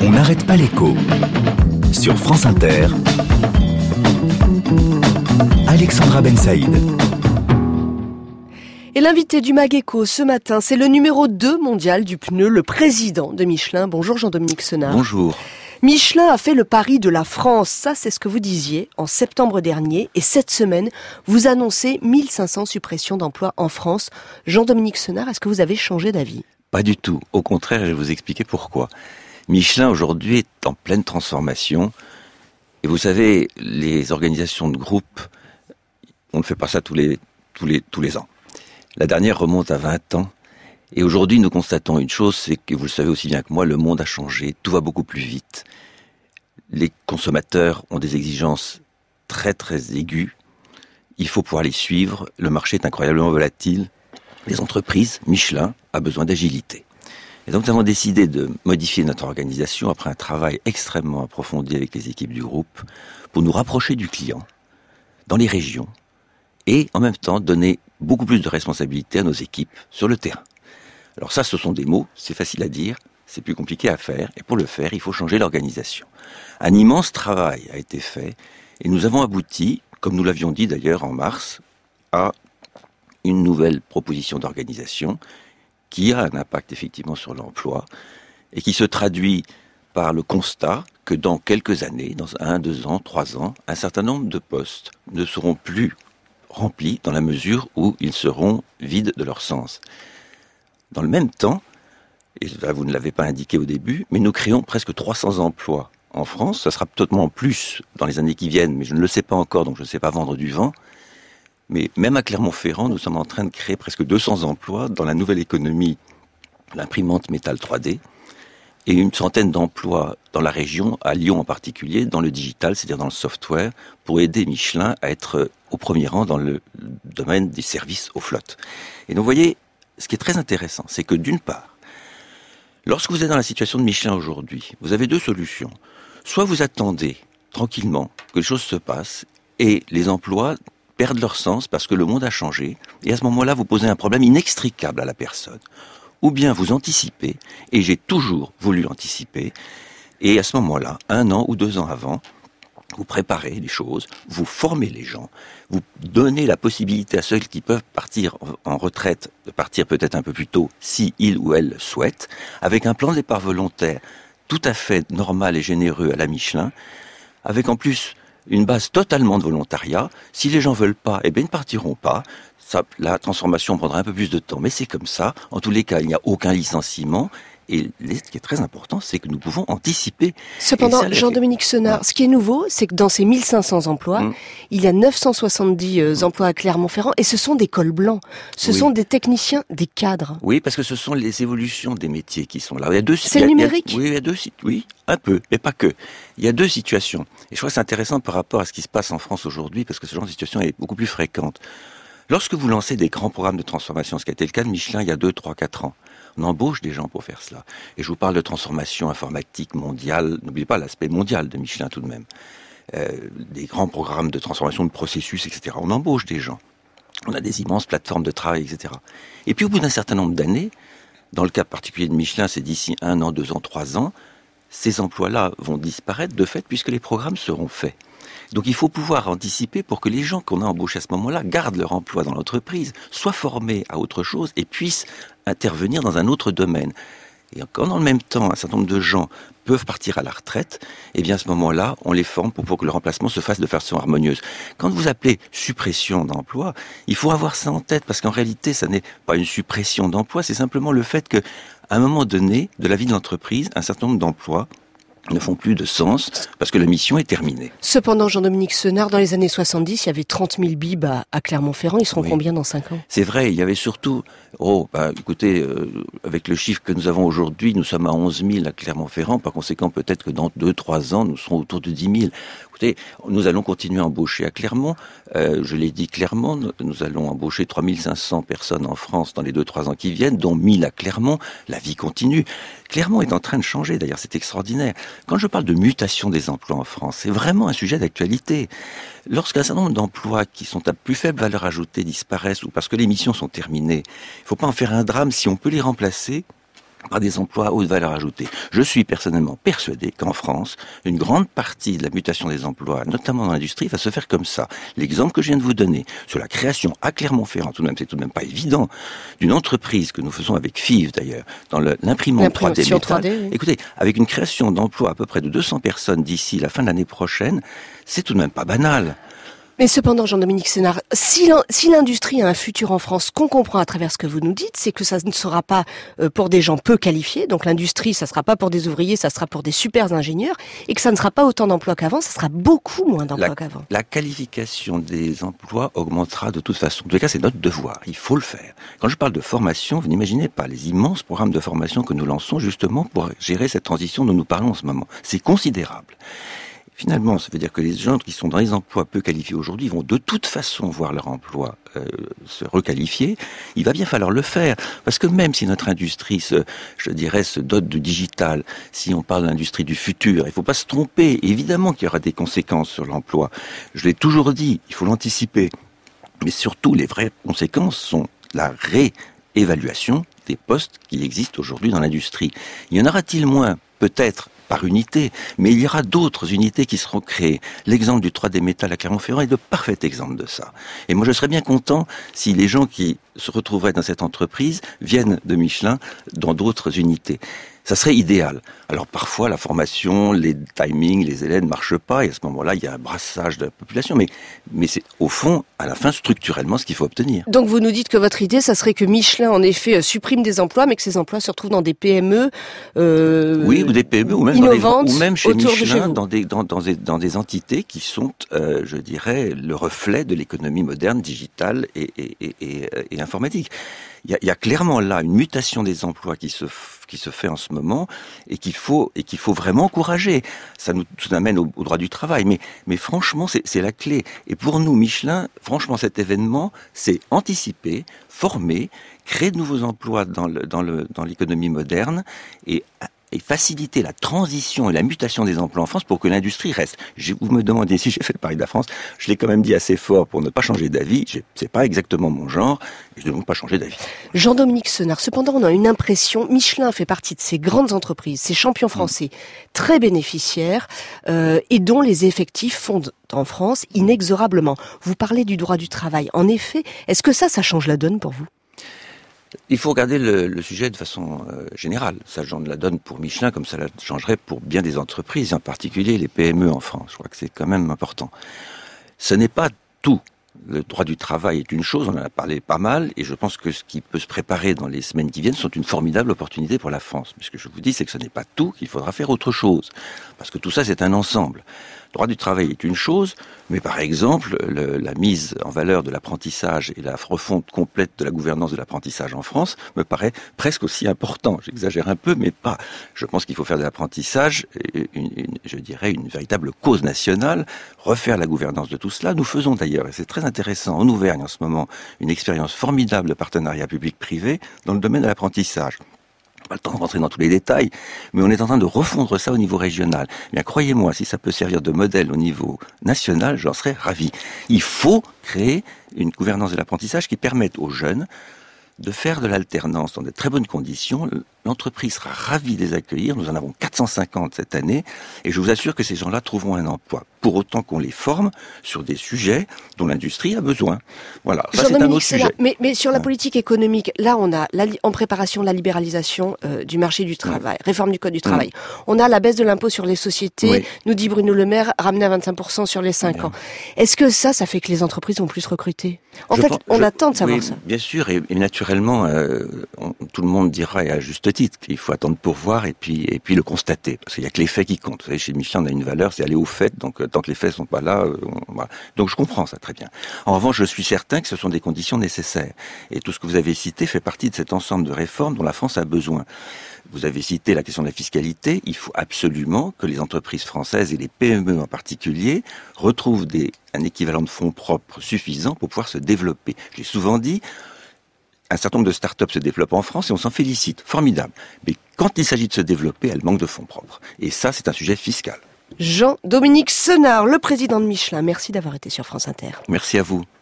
On n'arrête pas l'écho. Sur France Inter, Alexandra Ben Saïd. Et l'invité du Mag Écho ce matin, c'est le numéro 2 mondial du pneu, le président de Michelin. Bonjour Jean-Dominique Senard. Bonjour. Michelin a fait le pari de la France, ça c'est ce que vous disiez en septembre dernier. Et cette semaine, vous annoncez 1500 suppressions d'emplois en France. Jean-Dominique Senard, est-ce que vous avez changé d'avis ? Pas du tout. Au contraire, je vais vous expliquer pourquoi. Michelin aujourd'hui est en pleine transformation. Et vous savez, les organisations de groupe, on ne fait pas ça tous les ans. La dernière remonte à 20 ans. Et aujourd'hui, nous constatons une chose, c'est que vous le savez aussi bien que moi, le monde a changé, tout va beaucoup plus vite. Les consommateurs ont des exigences très très aiguës. Il faut pouvoir les suivre. Le marché est incroyablement volatile. Les entreprises, Michelin, a besoin d'agilité. Et donc nous avons décidé de modifier notre organisation après un travail extrêmement approfondi avec les équipes du groupe pour nous rapprocher du client dans les régions et en même temps donner beaucoup plus de responsabilité à nos équipes sur le terrain. Alors ça, ce sont des mots, c'est facile à dire, c'est plus compliqué à faire, et pour le faire, il faut changer l'organisation. Un immense travail a été fait, et nous avons abouti, comme nous l'avions dit d'ailleurs en mars, à une nouvelle proposition d'organisation qui a un impact effectivement sur l'emploi, et qui se traduit par le constat que dans quelques années, dans 1, 2 ans, 3 ans, un certain nombre de postes ne seront plus remplis dans la mesure où ils seront vides de leur sens. Dans le même temps, et là vous ne l'avez pas indiqué au début, mais nous créons presque 300 emplois en France. Ça sera peut-être plus dans les années qui viennent, mais je ne le sais pas encore, donc je ne sais pas vendre du vent. Mais même à Clermont-Ferrand, nous sommes en train de créer presque 200 emplois dans la nouvelle économie, l'imprimante métal 3D, et une centaine d'emplois dans la région, à Lyon en particulier, dans le digital, c'est-à-dire dans le software, pour aider Michelin à être au premier rang dans le domaine des services aux flottes. Et donc vous voyez, ce qui est très intéressant, c'est que d'une part, lorsque vous êtes dans la situation de Michelin aujourd'hui, vous avez 2 solutions. Soit vous attendez tranquillement que les choses se passent et les emplois perdent leur sens parce que le monde a changé, et à ce moment-là, vous posez un problème inextricable à la personne. Ou bien vous anticipez, et j'ai toujours voulu anticiper, et à ce moment-là, 1 an ou 2 ans avant, vous préparez les choses, vous formez les gens, vous donnez la possibilité à ceux qui peuvent partir en retraite de partir peut-être un peu plus tôt, si ils ou elles le souhaitent, avec un plan de départ volontaire tout à fait normal et généreux à la Michelin, avec en plus une base totalement de volontariat. Si les gens veulent pas, ils ne partiront pas. Ça, la transformation prendra un peu plus de temps, mais c'est comme ça. En tous les cas, il n'y a aucun licenciement. Et ce qui est très important, c'est que nous pouvons anticiper. Cependant, Jean-Dominique Senard, ce qui est nouveau, c'est que dans ces 1500 emplois, il y a 970 emplois à Clermont-Ferrand, et ce sont des cols blancs. Ce sont des techniciens, des cadres. Oui, parce que ce sont les évolutions des métiers qui sont là. Il y a 2, c'est le numérique. Oui, il y a 2 sites. Oui, un peu, mais pas que. Il y a 2 situations. Et je crois que c'est intéressant par rapport à ce qui se passe en France aujourd'hui, parce que ce genre de situation est beaucoup plus fréquente. Lorsque vous lancez des grands programmes de transformation, ce qui a été le cas de Michelin il y a 2, 3, 4 ans, on embauche des gens pour faire cela. Et je vous parle de transformation informatique mondiale. N'oubliez pas l'aspect mondial de Michelin tout de même. Des grands programmes de transformation de processus, etc. On embauche des gens. On a des immenses plateformes de travail, etc. Et puis au bout d'un certain nombre d'années, dans le cas particulier de Michelin, c'est d'ici 1 an, 2 ans, 3 ans, ces emplois-là vont disparaître de fait puisque les programmes seront faits. Donc il faut pouvoir anticiper pour que les gens qu'on a embauchés à ce moment-là gardent leur emploi dans l'entreprise, soient formés à autre chose et puissent intervenir dans un autre domaine. Et quand dans le même temps, un certain nombre de gens peuvent partir à la retraite, eh bien à ce moment-là, on les forme pour que le remplacement se fasse de façon harmonieuse. Quand vous appelez suppression d'emploi, il faut avoir ça en tête, parce qu'en réalité, ça n'est pas une suppression d'emploi, c'est simplement le fait qu'à un moment donné de la vie de l'entreprise, un certain nombre d'emplois ne font plus de sens parce que la mission est terminée. Cependant, Jean-Dominique Senard, dans les années 70, il y avait 30 000 bibs à Clermont-Ferrand. Ils seront combien dans 5 ans ? C'est vrai, il y avait surtout... écoutez, avec le chiffre que nous avons aujourd'hui, nous sommes à 11 000 à Clermont-Ferrand. Par conséquent, peut-être que dans 2-3 ans, nous serons autour de 10 000. Écoutez, nous allons continuer à embaucher à Clermont. Je l'ai dit clairement, nous allons embaucher 3 500 personnes en France dans les 2-3 ans qui viennent, dont 1 000 à Clermont. La vie continue. Clermont est en train de changer, d'ailleurs, c'est extraordinaire. Quand je parle de mutation des emplois en France, c'est vraiment un sujet d'actualité. Lorsqu'un certain nombre d'emplois qui sont à plus faible valeur ajoutée disparaissent ou parce que les missions sont terminées, il ne faut pas en faire un drame. Si on peut les remplacer, par des emplois à haute valeur ajoutée. Je suis personnellement persuadé qu'en France, une grande partie de la mutation des emplois, notamment dans l'industrie, va se faire comme ça. L'exemple que je viens de vous donner sur la création à Clermont-Ferrand, c'est tout de même pas évident, d'une entreprise que nous faisons avec FIV d'ailleurs, dans l'imprimante 3D métal. 3D, oui. Écoutez, avec une création d'emplois à peu près de 200 personnes d'ici la fin de l'année prochaine, c'est tout de même pas banal. Mais cependant, Jean-Dominique Senard, si l'industrie a un futur en France, ce qu'on comprend à travers ce que vous nous dites, c'est que ça ne sera pas pour des gens peu qualifiés, donc l'industrie, ça ne sera pas pour des ouvriers, ça sera pour des super ingénieurs, et que ça ne sera pas autant d'emplois qu'avant, ça sera beaucoup moins d'emplois qu'avant. La qualification des emplois augmentera de toute façon. En tout cas, c'est notre devoir, il faut le faire. Quand je parle de formation, vous n'imaginez pas les immenses programmes de formation que nous lançons justement pour gérer cette transition dont nous parlons en ce moment. C'est considérable. Finalement, ça veut dire que les gens qui sont dans les emplois peu qualifiés aujourd'hui vont de toute façon voir leur emploi se requalifier. Il va bien falloir le faire, parce que même si notre industrie se dote du digital, si on parle de l'industrie du futur, il ne faut pas se tromper. Évidemment qu'il y aura des conséquences sur l'emploi. Je l'ai toujours dit, il faut l'anticiper. Mais surtout, les vraies conséquences sont la réévaluation des postes qui existent aujourd'hui dans l'industrie. Y en aura-t-il moins ? Peut-être par unité, mais il y aura d'autres unités qui seront créées. L'exemple du 3D métal à Clermont-Ferrand est de parfait exemple de ça. Et moi, je serais bien content si les gens qui se retrouveraient dans cette entreprise viennent de Michelin dans d'autres unités. Ça serait idéal. Alors parfois, la formation, les timings, les élèves ne marchent pas, et à ce moment-là, il y a un brassage de la population. Mais c'est au fond, à la fin, structurellement, ce qu'il faut obtenir. Donc vous nous dites que votre idée, ça serait que Michelin, en effet, supprime des emplois, mais que ces emplois se retrouvent dans des PME. Oui, ou des PME, ou même innovantes, ou même chez autour Michelin, de chez vous. dans des entités qui sont, je dirais, le reflet de l'économie moderne, digitale et informatique. Il y a clairement là une mutation des emplois qui se fait en ce moment et qu'il faut vraiment encourager. Ça nous amène au droit du travail, mais franchement c'est la clé. Et pour nous Michelin, franchement cet événement, c'est anticiper, former, créer de nouveaux emplois dans l'économie moderne et faciliter la transition et la mutation des emplois en France pour que l'industrie reste. Vous me demandez si j'ai fait le pari de la France, je l'ai quand même dit assez fort pour ne pas changer d'avis, c'est pas exactement mon genre, et je ne veux pas changer d'avis. Jean-Dominique Senard, cependant on a une impression, Michelin fait partie de ces grandes entreprises, ces champions français très bénéficiaires, et dont les effectifs fondent en France inexorablement. Vous parlez du droit du travail, en effet, est-ce que ça change la donne pour vous ? Il faut regarder le sujet de façon générale. Ça change la donne pour Michelin comme ça la changerait pour bien des entreprises, en particulier les PME en France. Je crois que c'est quand même important. Ce n'est pas tout. Le droit du travail est une chose, on en a parlé pas mal, et je pense que ce qui peut se préparer dans les semaines qui viennent sont une formidable opportunité pour la France. Mais ce que je vous dis, c'est que ce n'est pas tout, qu'il faudra faire autre chose. Parce que tout ça, c'est un ensemble. Le droit du travail est une chose, mais par exemple, la mise en valeur de l'apprentissage et la refonte complète de la gouvernance de l'apprentissage en France me paraît presque aussi important. J'exagère un peu, mais pas. Je pense qu'il faut faire de l'apprentissage, je dirais, une véritable cause nationale, refaire la gouvernance de tout cela. Nous faisons d'ailleurs, et c'est très intéressant, en Auvergne en ce moment, une expérience formidable de partenariat public-privé dans le domaine de l'apprentissage. Pas le temps de rentrer dans tous les détails, mais on est en train de refondre ça au niveau régional. Bien, croyez-moi, si ça peut servir de modèle au niveau national, j'en serais ravi. Il faut créer une gouvernance de l'apprentissage qui permette aux jeunes de faire de l'alternance dans de très bonnes conditions. L'entreprise sera ravie de les accueillir. Nous en avons 450 cette année. Et je vous assure que ces gens-là trouveront un emploi. Pour autant qu'on les forme sur des sujets dont l'industrie a besoin. Voilà, ça c'est un autre sujet. Mais sur la politique économique, là on a en préparation la libéralisation du marché du travail, réforme du code du travail. On a la baisse de l'impôt sur les sociétés, nous dit Bruno Le Maire, ramené à 25% sur les 5 ans. Est-ce que ça fait que les entreprises vont plus recruter ? On attend de savoir ça. Bien sûr, et naturellement, tout le monde dira, et à juste titre, qu'il faut attendre pour voir et puis le constater. Parce qu'il n'y a que les faits qui comptent. Vous savez, chez Michelin, on a une valeur, c'est aller aux faits, donc tant que les faits sont pas là, voilà. Donc je comprends ça très bien. En revanche, je suis certain que ce sont des conditions nécessaires. Et tout ce que vous avez cité fait partie de cet ensemble de réformes dont la France a besoin. Vous avez cité la question de la fiscalité. Il faut absolument que les entreprises françaises et les PME en particulier retrouvent un équivalent de fonds propres suffisant pour pouvoir se développer. J'ai souvent dit, un certain nombre de start-up se développent en France et on s'en félicite. Formidable. Mais quand il s'agit de se développer, elles manquent de fonds propres. Et ça, c'est un sujet fiscal. Jean-Dominique Senard, le président de Michelin, merci d'avoir été sur France Inter. Merci à vous.